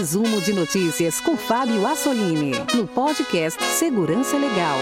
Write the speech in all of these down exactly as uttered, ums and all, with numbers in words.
resumo de notícias com Fábio Assolini, no podcast Segurança Legal.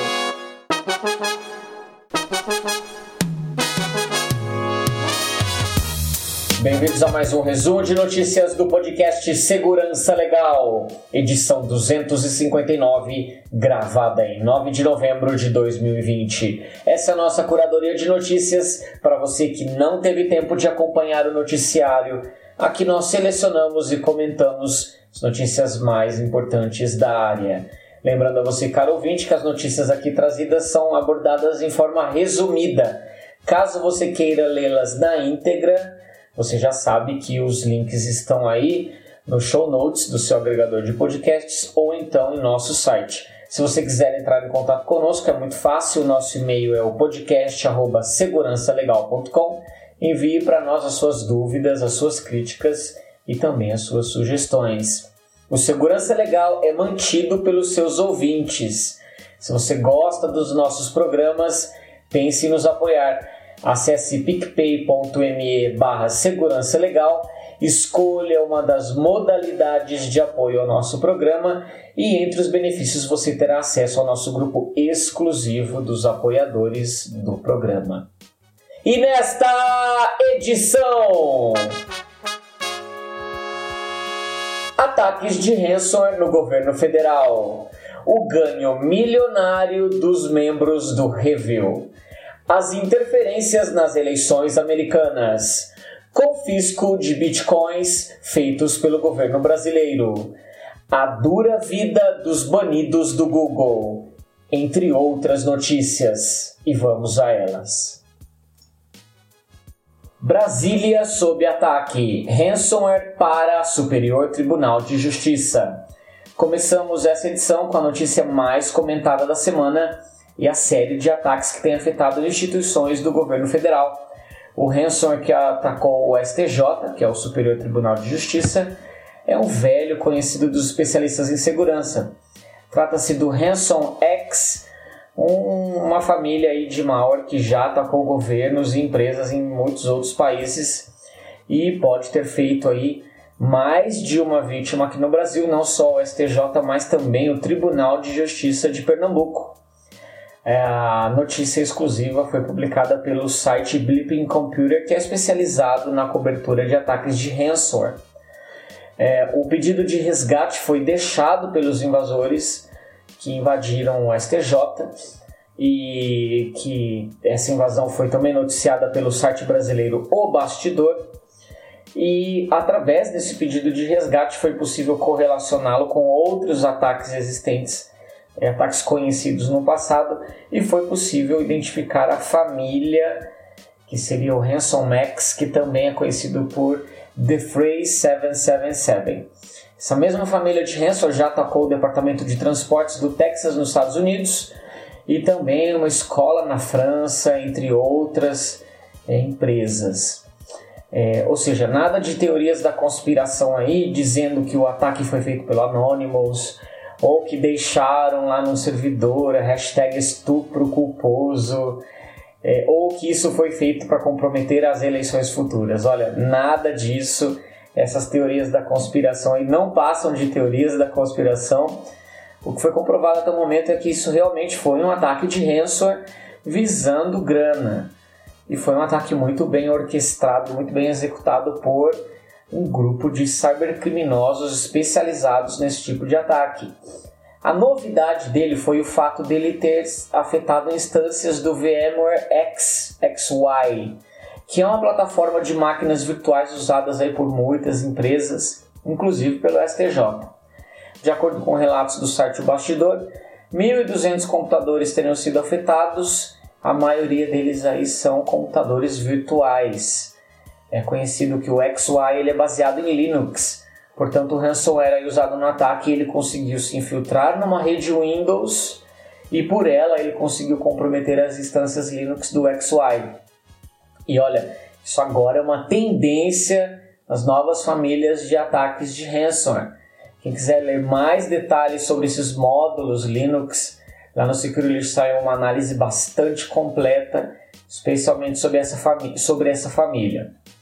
Bem-vindos a mais um resumo de notícias do podcast Segurança Legal, edição duzentos e cinquenta e nove, gravada em nove de novembro de dois mil e vinte. Essa é a nossa curadoria de notícias para você que não teve tempo de acompanhar o noticiário. Aqui nós selecionamos e comentamos as notícias mais importantes da área. Lembrando a você, caro ouvinte, que as notícias aqui trazidas são abordadas em forma resumida. Caso você queira lê-las na íntegra, você já sabe que os links estão aí no show notes do seu agregador de podcasts ou então em nosso site. Se você quiser entrar em contato conosco, é muito fácil. O nosso e-mail é o podcast arroba segurança legal ponto com. Envie para nós as suas dúvidas, as suas críticas e também as suas sugestões. O Segurança Legal é mantido pelos seus ouvintes. Se você gosta dos nossos programas, pense em nos apoiar. Acesse picpay.me barra segurança legal, escolha uma das modalidades de apoio ao nosso programa e entre os benefícios você terá acesso ao nosso grupo exclusivo dos apoiadores do programa. E nesta edição, ataques de ransomware no governo federal, o ganho milionário dos membros do Review, as interferências nas eleições americanas, confisco de bitcoins feitos pelo governo brasileiro, a dura vida dos banidos do Google, entre outras notícias. E vamos a elas. Brasília sob ataque. Ransomware para Superior Tribunal de Justiça. Começamos essa edição com a notícia mais comentada da semana e a série de ataques que tem afetado instituições do governo federal. O ransomware que atacou o S T J, que é o Superior Tribunal de Justiça, é um velho conhecido dos especialistas em segurança. Trata-se do RansomX, um, uma família aí de malware que já atacou governos e empresas em muitos outros países e pode ter feito aí mais de uma vítima aqui no Brasil, não só o S T J, mas também o Tribunal de Justiça de Pernambuco. A notícia exclusiva foi publicada pelo site Blipping Computer, que é especializado na cobertura de ataques de ransomware. É, o pedido de resgate foi deixado pelos invasores que invadiram o S T J e que essa invasão foi também noticiada pelo site brasileiro O Bastidor. E através desse pedido de resgate foi possível correlacioná-lo com outros ataques existentes, ataques conhecidos no passado, e foi possível identificar a família, que seria o RansomX, que também é conhecido por The Phrase sete sete sete. Essa mesma família de ransomware já atacou o Departamento de Transportes do Texas, nos Estados Unidos, e também uma escola na França, entre outras é, empresas. É, ou seja, nada de teorias da conspiração aí, dizendo que o ataque foi feito pelo Anonymous, ou que deixaram lá no servidor a hashtag estupro culposo, é, ou que isso foi feito para comprometer as eleições futuras. Olha, nada disso. Essas teorias da conspiração aí não passam de teorias da conspiração. O que foi comprovado até o momento é que isso realmente foi um ataque de ransomware visando grana. E foi um ataque muito bem orquestrado, muito bem executado por um grupo de cybercriminosos especializados nesse tipo de ataque. A novidade dele foi o fato dele ter afetado instâncias do VMware X, X Y, que é uma plataforma de máquinas virtuais usadas aí por muitas empresas, inclusive pelo S T J. De acordo com relatos do site O Bastidor, mil e duzentos computadores teriam sido afetados, a maioria deles aí são computadores virtuais. É conhecido que o X Y ele é baseado em Linux, portanto o ransomware aí usado no ataque ele conseguiu se infiltrar numa rede Windows e por ela ele conseguiu comprometer as instâncias Linux do X Y. E olha, isso agora é uma tendência nas novas famílias de ataques de ransomware. Quem quiser ler mais detalhes sobre esses módulos Linux, lá no SecureList saiu uma análise bastante completa, especialmente sobre essa, famí- sobre essa família.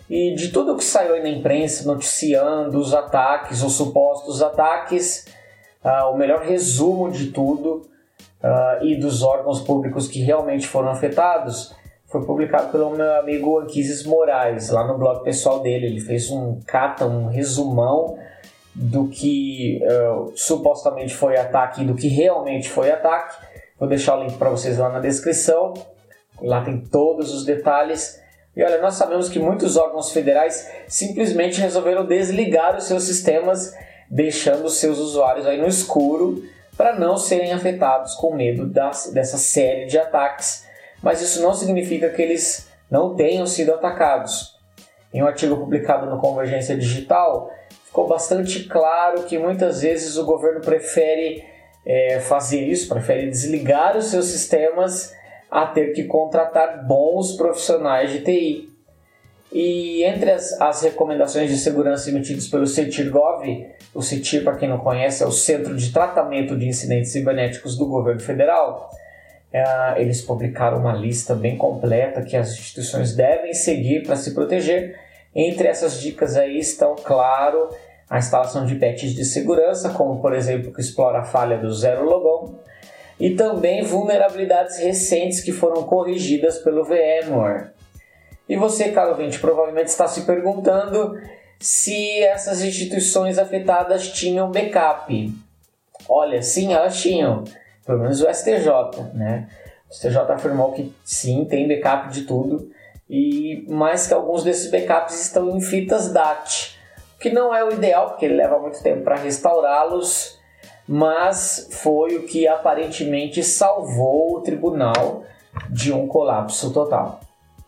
E de tudo que saiu aí na imprensa, noticiando os ataques, os supostos ataques, uh, o melhor resumo de tudo uh, e dos órgãos públicos que realmente foram afetados foi publicado pelo meu amigo Anquises Moraes, lá no blog pessoal dele. Ele fez um cata, um resumão do que uh, supostamente foi ataque e do que realmente foi ataque. Vou deixar o link para vocês lá na descrição. Lá tem todos os detalhes. E olha, nós sabemos que muitos órgãos federais simplesmente resolveram desligar os seus sistemas, deixando os seus usuários aí no escuro para não serem afetados com medo das, dessa série de ataques. Mas isso não significa que eles não tenham sido atacados. Em um artigo publicado no Convergência Digital, ficou bastante claro que muitas vezes o governo prefere é, fazer isso, prefere desligar os seus sistemas a ter que contratar bons profissionais de T I. E entre as, as recomendações de segurança emitidas pelo CETIR-Gov, o CETIR, para quem não conhece, é o Centro de Tratamento de Incidentes Cibernéticos do Governo Federal. É, eles publicaram uma lista bem completa que as instituições devem seguir para se proteger. Entre essas dicas aí estão, claro, a instalação de patches de segurança, como por exemplo que explora a falha do Zero Logon, e também vulnerabilidades recentes que foram corrigidas pelo VMware. E você, caro ouvinte, provavelmente está se perguntando se essas instituições afetadas tinham backup. Olha, sim, elas tinham. Pelo menos o S T J, né? O S T J afirmou que sim, tem backup de tudo, e mais que alguns desses backups estão em fitas D A T, o que não é o ideal, porque ele leva muito tempo para restaurá-los, mas foi o que aparentemente salvou o tribunal de um colapso total.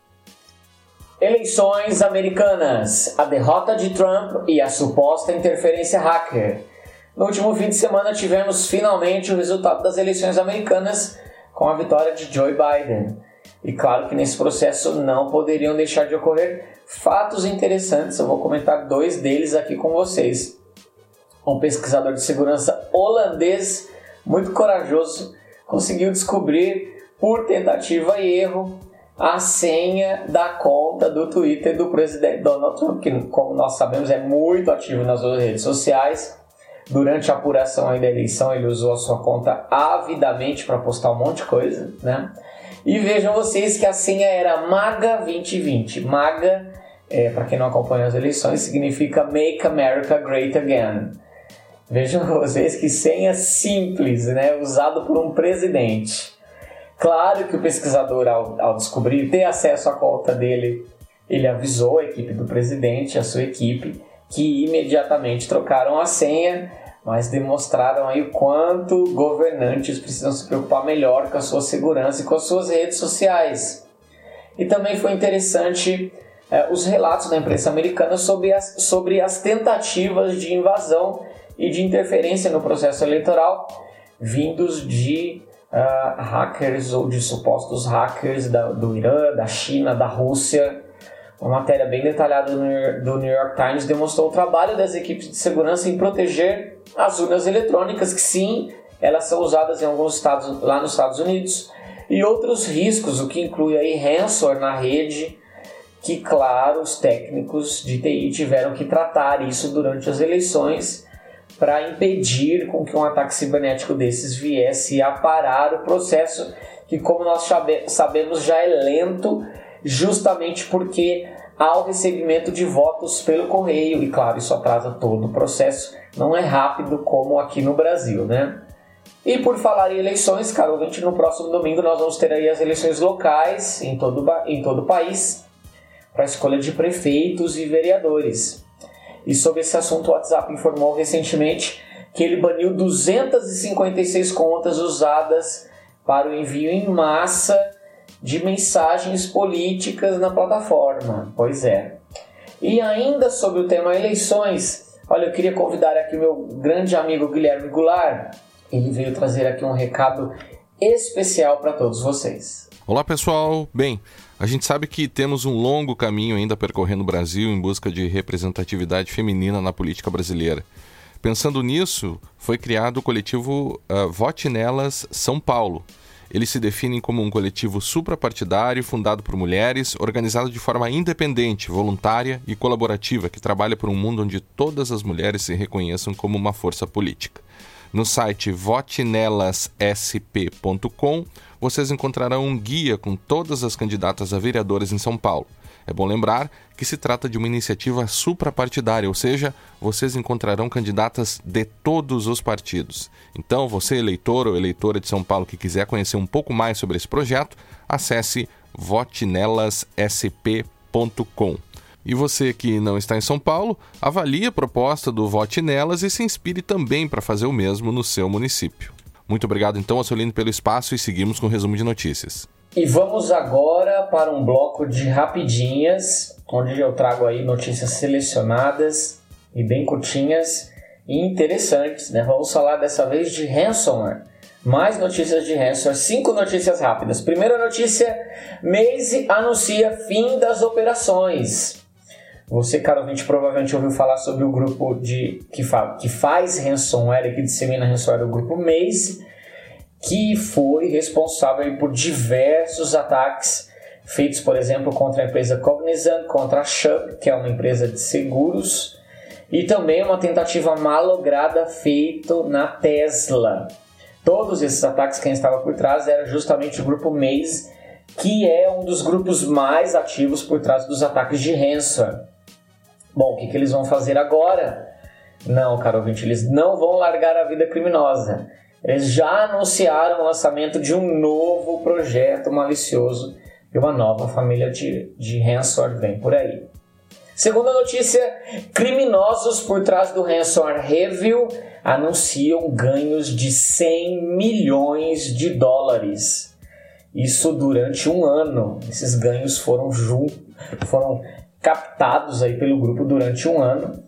Eleições americanas, a derrota de Trump e a suposta interferência hacker. No último fim de semana tivemos finalmente o resultado das eleições americanas com a vitória de Joe Biden. E claro que nesse processo não poderiam deixar de ocorrer fatos interessantes. Eu vou comentar dois deles aqui com vocês. Um pesquisador de segurança holandês muito corajoso conseguiu descobrir, por tentativa e erro, a senha da conta do Twitter do presidente Donald Trump, que, como nós sabemos, é muito ativo nas redes sociais. Durante a apuração aí da eleição, ele usou a sua conta avidamente para postar um monte de coisa, né? E vejam vocês que a senha era MAGA vinte vinte. MAGA, é, para quem não acompanha as eleições, significa Make America Great Again. Vejam vocês que senha simples, né? Usado por um presidente. Claro que o pesquisador, ao, ao descobrir, ter acesso à conta dele, ele avisou a equipe do presidente, a sua equipe, que imediatamente trocaram a senha, mas demonstraram aí o quanto governantes precisam se preocupar melhor com a sua segurança e com as suas redes sociais. E também foi interessante eh, os relatos da imprensa americana sobre as, sobre as tentativas de invasão e de interferência no processo eleitoral vindos de uh, hackers ou de supostos hackers da, do Irã, da China, da Rússia. Uma matéria bem detalhada do New York Times demonstrou o trabalho das equipes de segurança em proteger as urnas eletrônicas, que sim, elas são usadas em alguns estados lá nos Estados Unidos, e outros riscos, o que inclui aí ransomware na rede, que claro, os técnicos de T I tiveram que tratar isso durante as eleições para impedir com que um ataque cibernético desses viesse a parar o processo, que como nós sabemos já é lento, justamente porque há o recebimento de votos pelo correio, e claro, isso atrasa todo o processo, não é rápido como aqui no Brasil, né? E por falar em eleições, caro ouvinte, no próximo domingo nós vamos ter aí as eleições locais em todo, em todo o país, para a escolha de prefeitos e vereadores. E sobre esse assunto o WhatsApp informou recentemente que ele baniu duzentas e cinquenta e seis contas usadas para o envio em massa de mensagens políticas na plataforma. Pois é. E ainda sobre o tema eleições, olha, eu queria convidar aqui o meu grande amigo Guilherme Goulart. Ele veio trazer aqui um recado especial para todos vocês. Olá, pessoal. Bem, a gente sabe que temos um longo caminho ainda a percorrer no Brasil em busca de representatividade feminina na política brasileira. Pensando nisso, foi criado o coletivo uh, Vote Nelas São Paulo. Eles se definem como um coletivo suprapartidário fundado por mulheres, organizado de forma independente, voluntária e colaborativa, que trabalha por um mundo onde todas as mulheres se reconheçam como uma força política. No site vote nelas s p ponto com, vocês encontrarão um guia com todas as candidatas a vereadoras em São Paulo. É bom lembrar que se trata de uma iniciativa suprapartidária, ou seja, vocês encontrarão candidatas de todos os partidos. Então, você, eleitor ou eleitora de São Paulo que quiser conhecer um pouco mais sobre esse projeto, acesse vote nelas s p ponto com. E você que não está em São Paulo, avalie a proposta do Vote Nelas e se inspire também para fazer o mesmo no seu município. Muito obrigado então, Assolini, pelo espaço e seguimos com o resumo de notícias. E vamos agora para um bloco de rapidinhas, onde eu trago aí notícias selecionadas e bem curtinhas e interessantes, né? Vamos falar dessa vez de ransomware. Mais notícias de ransomware, cinco notícias rápidas. Primeira notícia, Maze anuncia fim das operações. Você, caro ouvinte, provavelmente ouviu falar sobre o grupo de, que, fa, que faz ransomware e que dissemina ransomware, o grupo Maze, que foi responsável por diversos ataques feitos, por exemplo, contra a empresa Cognizant, contra a Chubb, que é uma empresa de seguros, e também uma tentativa malograda feita na Tesla. Todos esses ataques, quem estava por trás era justamente o grupo Maze, que é um dos grupos mais ativos por trás dos ataques de ransomware. Bom, o que, que eles vão fazer agora? Não, caro ouvinte, eles não vão largar a vida criminosa. Eles já anunciaram o lançamento de um novo projeto malicioso e uma nova família de, de ransomware vem por aí. Segunda notícia, criminosos por trás do ransomware Revil anunciam ganhos de cem milhões de dólares. Isso durante um ano. Esses ganhos foram, jun... foram captados aí pelo grupo durante um ano.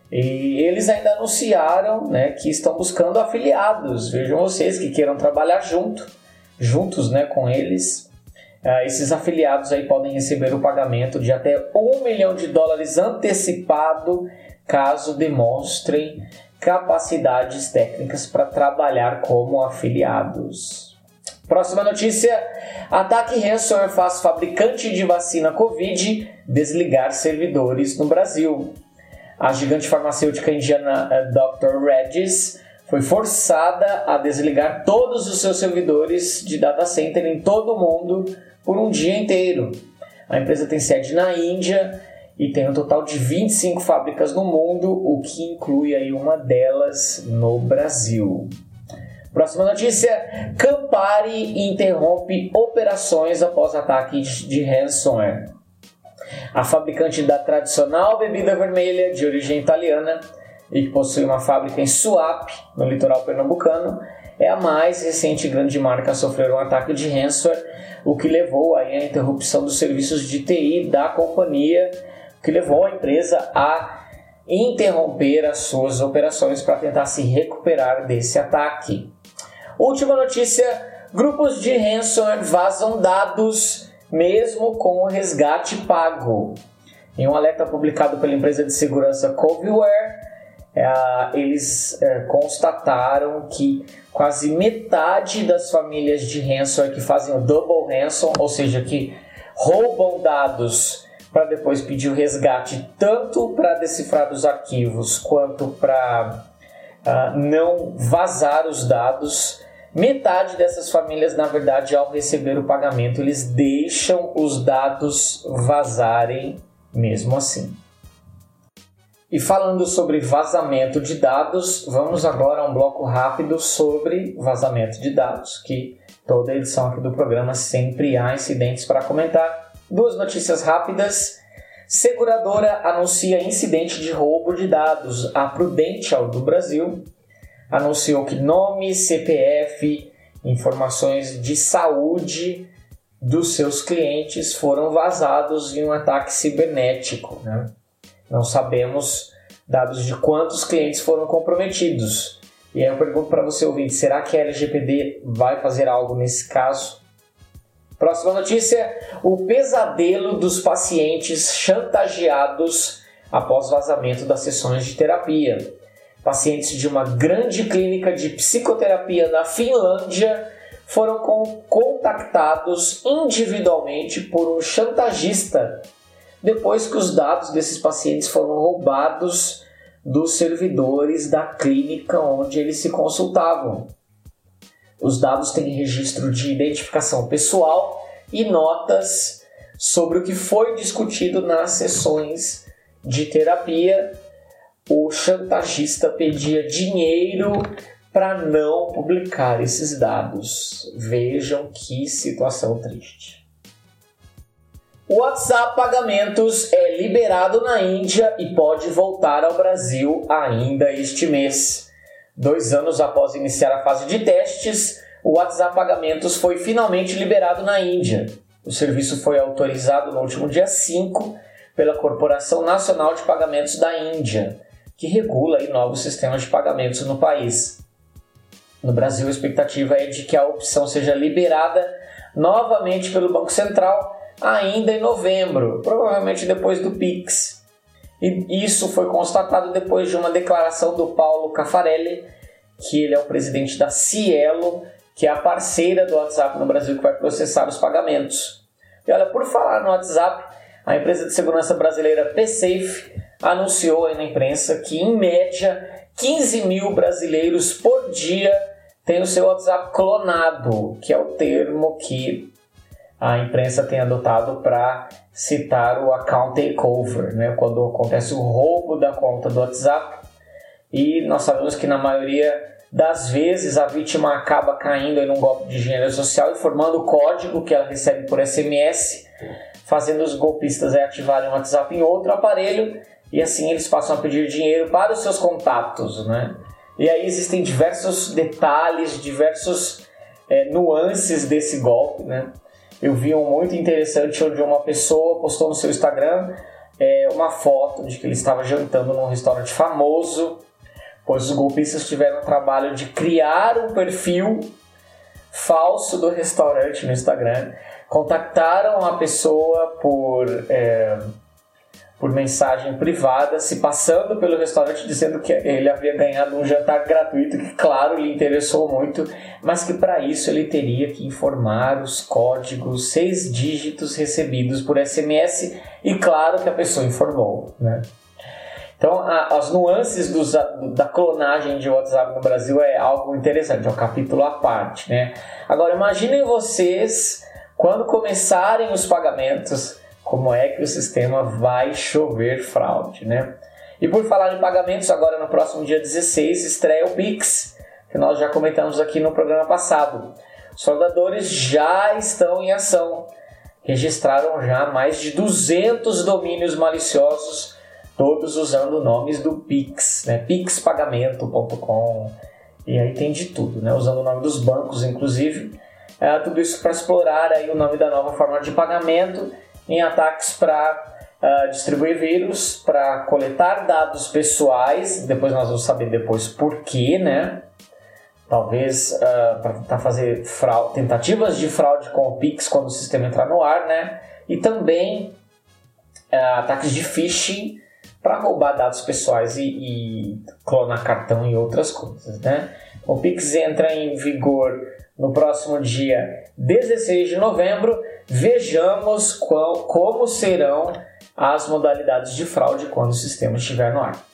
E eles ainda anunciaram, né, que estão buscando afiliados. Vejam vocês que queiram trabalhar junto, juntos, né, com eles. Uh, esses afiliados aí podem receber o pagamento de até um milhão de dólares antecipado, caso demonstrem capacidades técnicas para trabalhar como afiliados. Próxima notícia. Ataque ransomware faz fabricante de vacina Covid desligar servidores no Brasil. A gigante farmacêutica indiana doutor Reddy's foi forçada a desligar todos os seus servidores de data center em todo o mundo por um dia inteiro. A empresa tem sede na Índia e tem um total de vinte e cinco fábricas no mundo, o que inclui aí uma delas no Brasil. Próxima notícia. Campari interrompe operações após ataques de ransomware. A fabricante da tradicional bebida vermelha de origem italiana e que possui uma fábrica em Suape, no litoral pernambucano, é a mais recente grande marca a sofrer um ataque de ransomware, o que levou aí à interrupção dos serviços de T I da companhia, o que levou a empresa a interromper as suas operações para tentar se recuperar desse ataque. Última notícia, grupos de ransomware vazam dados mesmo com o resgate pago. Em um alerta publicado pela empresa de segurança Coveware, é, eles é, constataram que quase metade das famílias de ransomware que fazem o double ransom, ou seja, que roubam dados para depois pedir o resgate tanto para decifrar os arquivos quanto para uh, não vazar os dados. Metade dessas famílias, na verdade, ao receber o pagamento, eles deixam os dados vazarem mesmo assim. E falando sobre vazamento de dados, vamos agora a um bloco rápido sobre vazamento de dados, que toda edição aqui do programa sempre há incidentes para comentar. Duas notícias rápidas. Seguradora anuncia incidente de roubo de dados. A Prudential do Brasil anunciou que nome, C P F, informações de saúde dos seus clientes foram vazados em um ataque cibernético, né? Não sabemos dados de quantos clientes foram comprometidos. E aí eu pergunto para você, ouvinte, será que a L G P D vai fazer algo nesse caso? Próxima notícia, o pesadelo dos pacientes chantageados após vazamento das sessões de terapia. Pacientes de uma grande clínica de psicoterapia na Finlândia foram contactados individualmente por um chantagista depois que os dados desses pacientes foram roubados dos servidores da clínica onde eles se consultavam. Os dados têm registro de identificação pessoal e notas sobre o que foi discutido nas sessões de terapia. O chantagista pedia dinheiro para não publicar esses dados. Vejam que situação triste. O WhatsApp Pagamentos é liberado na Índia e pode voltar ao Brasil ainda este mês. Dois anos após iniciar a fase de testes, o WhatsApp Pagamentos foi finalmente liberado na Índia. O serviço foi autorizado no último dia cinco pela Corporação Nacional de Pagamentos da Índia, que regula aí novos sistemas de pagamentos no país. No Brasil, a expectativa é de que a opção seja liberada novamente pelo Banco Central ainda em novembro, provavelmente depois do Pix. E isso foi constatado depois de uma declaração do Paulo Caffarelli, que ele é o presidente da Cielo, que é a parceira do WhatsApp no Brasil que vai processar os pagamentos. E olha, por falar no WhatsApp, a empresa de segurança brasileira PaySafe anunciou aí na imprensa que, em média, quinze mil brasileiros por dia têm o seu WhatsApp clonado, que é o termo que a imprensa tem adotado para citar o account takeover, né? Quando acontece o roubo da conta do WhatsApp. E nós sabemos que na maioria das vezes a vítima acaba caindo em um golpe de engenharia social, informando o código que ela recebe por S M S, fazendo os golpistas ativarem o WhatsApp em outro aparelho, e assim eles passam a pedir dinheiro para os seus contatos, né? E aí existem diversos detalhes, diversos é, nuances desse golpe, né? Eu vi um muito interessante onde uma pessoa postou no seu Instagram é, uma foto de que ele estava jantando num restaurante famoso, pois os golpistas tiveram o trabalho de criar um perfil falso do restaurante no Instagram, contactaram a pessoa por, é, por mensagem privada, se passando pelo restaurante, dizendo que ele havia ganhado um jantar gratuito, que claro, lhe interessou muito, mas que para isso ele teria que informar os códigos seis dígitos recebidos por S M S, e claro que a pessoa informou, né? Então, a, as nuances dos, da clonagem de WhatsApp no Brasil é algo interessante, é um capítulo à parte, né? Agora, imaginem vocês, quando começarem os pagamentos, como é que o sistema vai chover fraude, né? E por falar em pagamentos, agora no próximo dia dezesseis estreia o Pix, que nós já comentamos aqui no programa passado. Os fraudadores já estão em ação, registraram já mais de duzentos domínios maliciosos, todos usando nomes do Pix, né? pix pagamento ponto com, e aí tem de tudo, né? Usando o nome dos bancos, inclusive. É, tudo isso para explorar aí o nome da nova forma de pagamento em ataques para uh, distribuir vírus, para coletar dados pessoais. Depois nós vamos saber depois por quê, né? Talvez uh, para tentar fazer fraude, tentativas de fraude com o Pix quando o sistema entrar no ar, né? E também uh, ataques de phishing para roubar dados pessoais e, e clonar cartão e outras coisas, né? O Pix entra em vigor no próximo dia dezesseis de novembro. Vejamos qual, como serão as modalidades de fraude quando o sistema estiver no ar.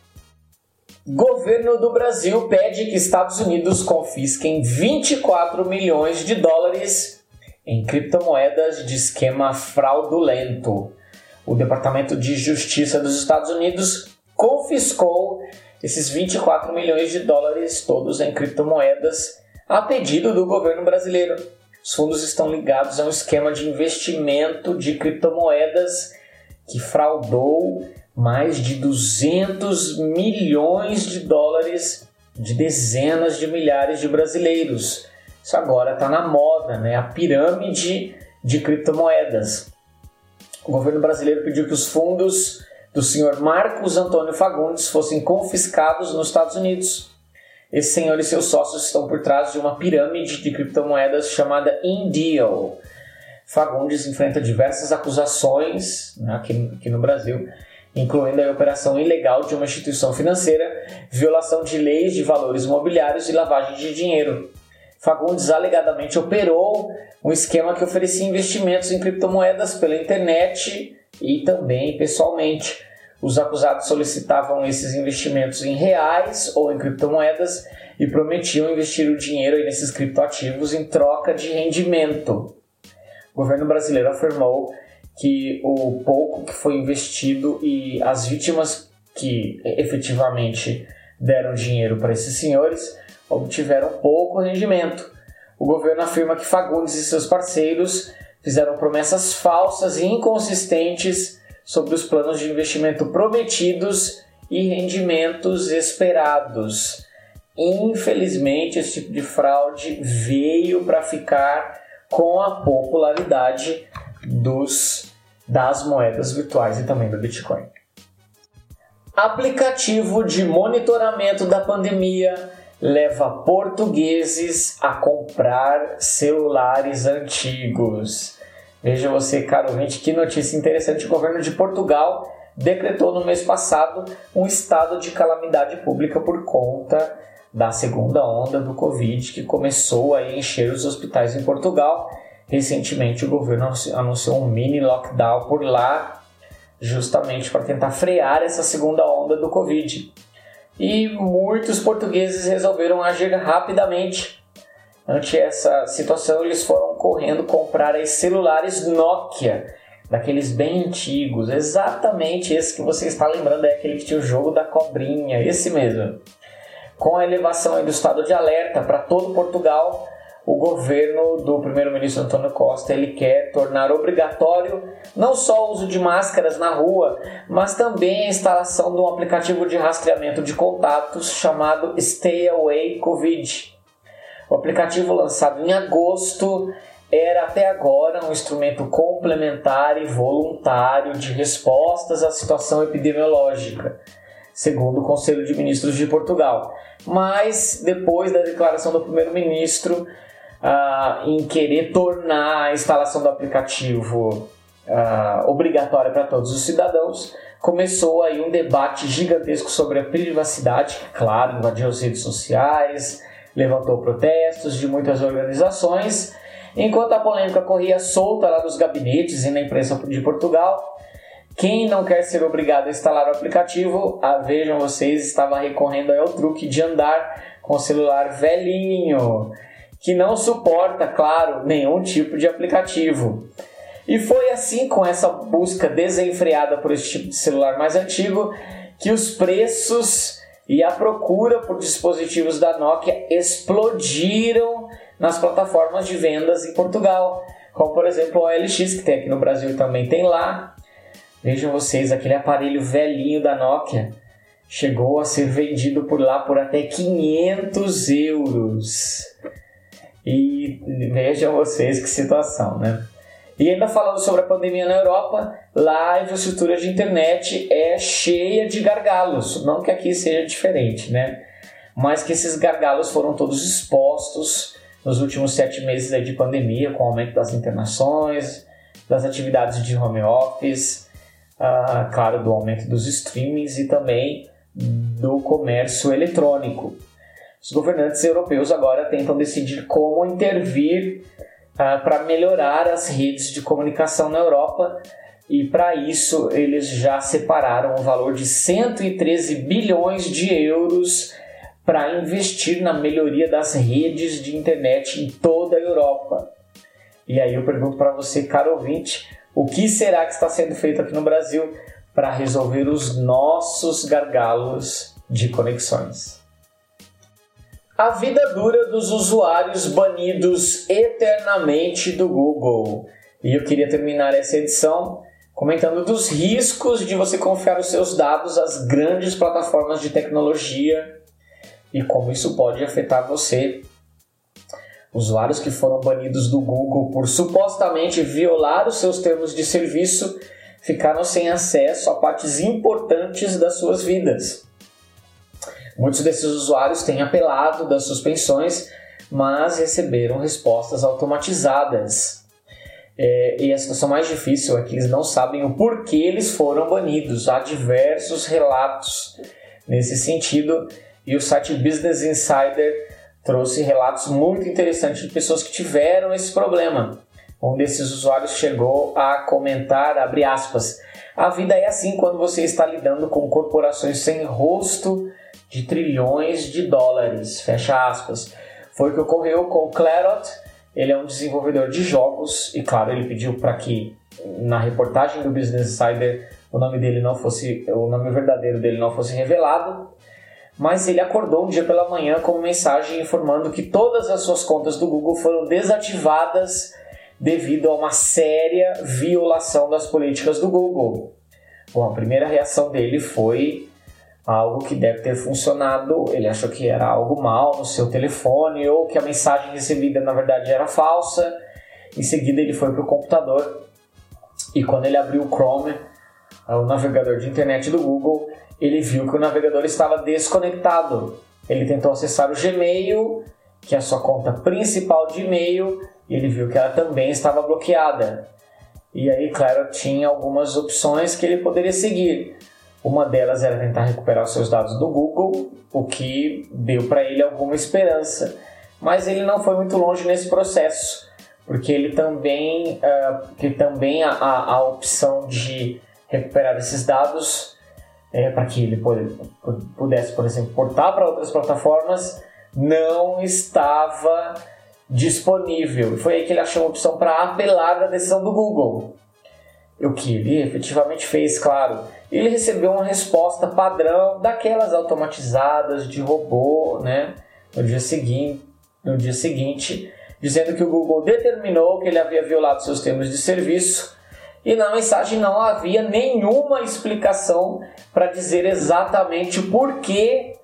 Governo do Brasil pede que Estados Unidos confisquem vinte e quatro milhões de dólares em criptomoedas de esquema fraudulento. O Departamento de Justiça dos Estados Unidos confiscou esses vinte e quatro milhões de dólares todos em criptomoedas a pedido do governo brasileiro. Os fundos estão ligados a um esquema de investimento de criptomoedas que fraudou mais de duzentos milhões de dólares de dezenas de milhares de brasileiros. Isso agora está na moda, né? A pirâmide de criptomoedas. O governo brasileiro pediu que os fundos do senhor Marcos Antônio Fagundes fossem confiscados nos Estados Unidos. Esse senhor e seus sócios estão por trás de uma pirâmide de criptomoedas chamada Indeal. Fagundes enfrenta diversas acusações, né, aqui, aqui no Brasil, incluindo a operação ilegal de uma instituição financeira, violação de leis de valores imobiliários e lavagem de dinheiro. Fagundes alegadamente operou um esquema que oferecia investimentos em criptomoedas pela internet e também pessoalmente. Os acusados solicitavam esses investimentos em reais ou em criptomoedas e prometiam investir o dinheiro aí nesses criptoativos em troca de rendimento. O governo brasileiro afirmou que o pouco que foi investido e as vítimas que efetivamente deram dinheiro para esses senhores obtiveram pouco rendimento. O governo afirma que Fagundes e seus parceiros fizeram promessas falsas e inconsistentes sobre os planos de investimento prometidos e rendimentos esperados. Infelizmente, esse tipo de fraude veio para ficar com a popularidade dos, das moedas virtuais e também do Bitcoin. Aplicativo de monitoramento da pandemia leva portugueses a comprar celulares antigos. Veja você, caro ouvinte, que notícia interessante. O governo de Portugal decretou no mês passado um estado de calamidade pública por conta da segunda onda do Covid, que começou a encher os hospitais em Portugal. Recentemente o governo anunciou um mini lockdown por lá, justamente para tentar frear essa segunda onda do Covid. E muitos portugueses resolveram agir rapidamente. Ante essa situação, eles foram correndo comprar aí celulares Nokia, daqueles bem antigos, exatamente esse que você está lembrando, é aquele que tinha o jogo da cobrinha, esse mesmo. Com a elevação aí do estado de alerta para todo Portugal, o governo do primeiro-ministro António Costa ele quer tornar obrigatório não só o uso de máscaras na rua, mas também a instalação de um aplicativo de rastreamento de contatos chamado Stay Away Covid. O aplicativo, lançado em agosto, era até agora um instrumento complementar e voluntário de respostas à situação epidemiológica, segundo o Conselho de Ministros de Portugal. Mas, depois da declaração do primeiro-ministro uh, em querer tornar a instalação do aplicativo uh, obrigatória para todos os cidadãos, começou aí um debate gigantesco sobre a privacidade, que, claro, invadiu as redes sociais, levantou protestos de muitas organizações. Enquanto a polêmica corria solta lá nos gabinetes e na imprensa de Portugal, quem não quer ser obrigado a instalar o aplicativo, ah, vejam vocês, estava recorrendo ao truque de andar com o celular velhinho, que não suporta, claro, nenhum tipo de aplicativo. E foi assim, com essa busca desenfreada por esse tipo de celular mais antigo, que os preços e a procura por dispositivos da Nokia explodiram nas plataformas de vendas em Portugal, como por exemplo o O L X, que tem aqui no Brasil e também tem lá. Vejam vocês, aquele aparelho velhinho da Nokia chegou a ser vendido por lá por até quinhentos euros. E vejam vocês que situação, né? E ainda falando sobre a pandemia na Europa, lá a infraestrutura de internet é cheia de gargalos. Não que aqui seja diferente, né? Mas que esses gargalos foram todos expostos nos últimos sete meses aí de pandemia, com o aumento das internações, das atividades de home office, uh, claro, do aumento dos streamings e também do comércio eletrônico. Os governantes europeus agora tentam decidir como intervir uh, para melhorar as redes de comunicação na Europa, e para isso eles já separaram o valor de cento e treze bilhões de euros para investir na melhoria das redes de internet em toda a Europa. E aí eu pergunto para você, caro ouvinte, o que será que está sendo feito aqui no Brasil para resolver os nossos gargalos de conexões? A vida dura dos usuários banidos eternamente do Google. E eu queria terminar essa edição comentando dos riscos de você confiar os seus dados às grandes plataformas de tecnologia e como isso pode afetar você. Usuários que foram banidos do Google por supostamente violar os seus termos de serviço ficaram sem acesso a partes importantes das suas vidas. Muitos desses usuários têm apelado das suspensões, mas receberam respostas automatizadas. É, e a situação mais difícil é que eles não sabem o porquê eles foram banidos. Há diversos relatos nesse sentido, e o site Business Insider trouxe relatos muito interessantes de pessoas que tiveram esse problema. Um desses usuários chegou a comentar, abre aspas, a vida é assim quando você está lidando com corporações sem rosto de trilhões de dólares, fecha aspas. Foi o que ocorreu com o Clarot. Ele é um desenvolvedor de jogos e, claro, ele pediu para que na reportagem do Business Insider o nome dele não fosse, o nome verdadeiro dele não fosse revelado, mas ele acordou um dia pela manhã com uma mensagem informando que todas as suas contas do Google foram desativadas devido a uma séria violação das políticas do Google. Bom, a primeira reação dele foi algo que deve ter funcionado, ele achou que era algo mal no seu telefone ou que a mensagem recebida na verdade era falsa. Em seguida ele foi para o computador e quando ele abriu o Chrome, o navegador de internet do Google, ele viu que o navegador estava desconectado. Ele tentou acessar o Gmail, que é a sua conta principal de e-mail, e ele viu que ela também estava bloqueada. E aí, claro, tinha algumas opções que ele poderia seguir. Uma delas era tentar recuperar os seus dados do Google, o que deu para ele alguma esperança. Mas ele não foi muito longe nesse processo, porque ele também, uh, que também a, a, a opção de recuperar esses dados é, para que ele pudesse, por exemplo, portar para outras plataformas, não estava disponível. Foi aí que ele achou uma opção para apelar da decisão do Google. O que ele efetivamente fez, claro. Ele recebeu uma resposta padrão daquelas automatizadas de robô, né, no dia seguinte, no dia seguinte, dizendo que o Google determinou que ele havia violado seus termos de serviço e na mensagem não havia nenhuma explicação para dizer exatamente o porquê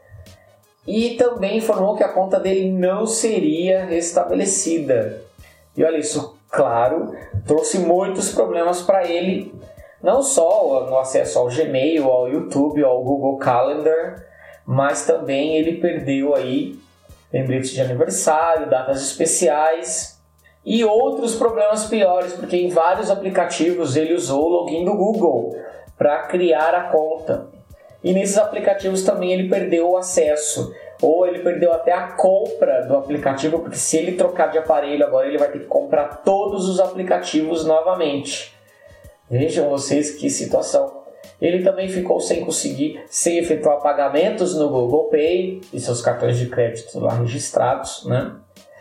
e também informou que a conta dele não seria restabelecida. E olha, isso, claro, trouxe muitos problemas para ele, não só no acesso ao Gmail, ao YouTube, ao Google Calendar, mas também ele perdeu aí lembretes de aniversário, datas especiais e outros problemas piores, porque em vários aplicativos ele usou o login do Google para criar a conta. E nesses aplicativos também ele perdeu o acesso, ou ele perdeu até a compra do aplicativo, porque se ele trocar de aparelho agora ele vai ter que comprar todos os aplicativos novamente. Vejam vocês que situação. Ele também ficou sem conseguir, sem efetuar pagamentos no Google Pay e seus cartões de crédito lá registrados, né?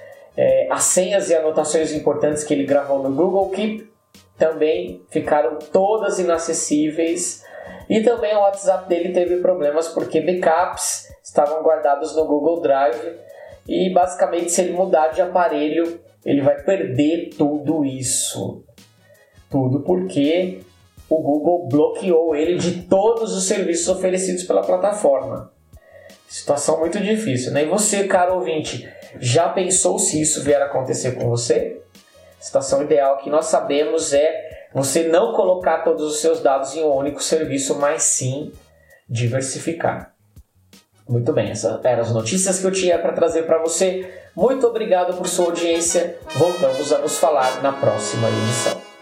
É, as senhas e anotações importantes que ele gravou no Google Keep também ficaram todas inacessíveis. E também o WhatsApp dele teve problemas porque backups estavam guardados no Google Drive e basicamente se ele mudar de aparelho ele vai perder tudo isso. Tudo porque o Google bloqueou ele de todos os serviços oferecidos pela plataforma. Situação muito difícil, né? E você, caro ouvinte, já pensou se isso vier a acontecer com você? A situação ideal que nós sabemos é você não colocar todos os seus dados em um único serviço, mas sim diversificar. Muito bem, essas eram as notícias que eu tinha para trazer para você. Muito obrigado por sua audiência. Voltamos a nos falar na próxima edição.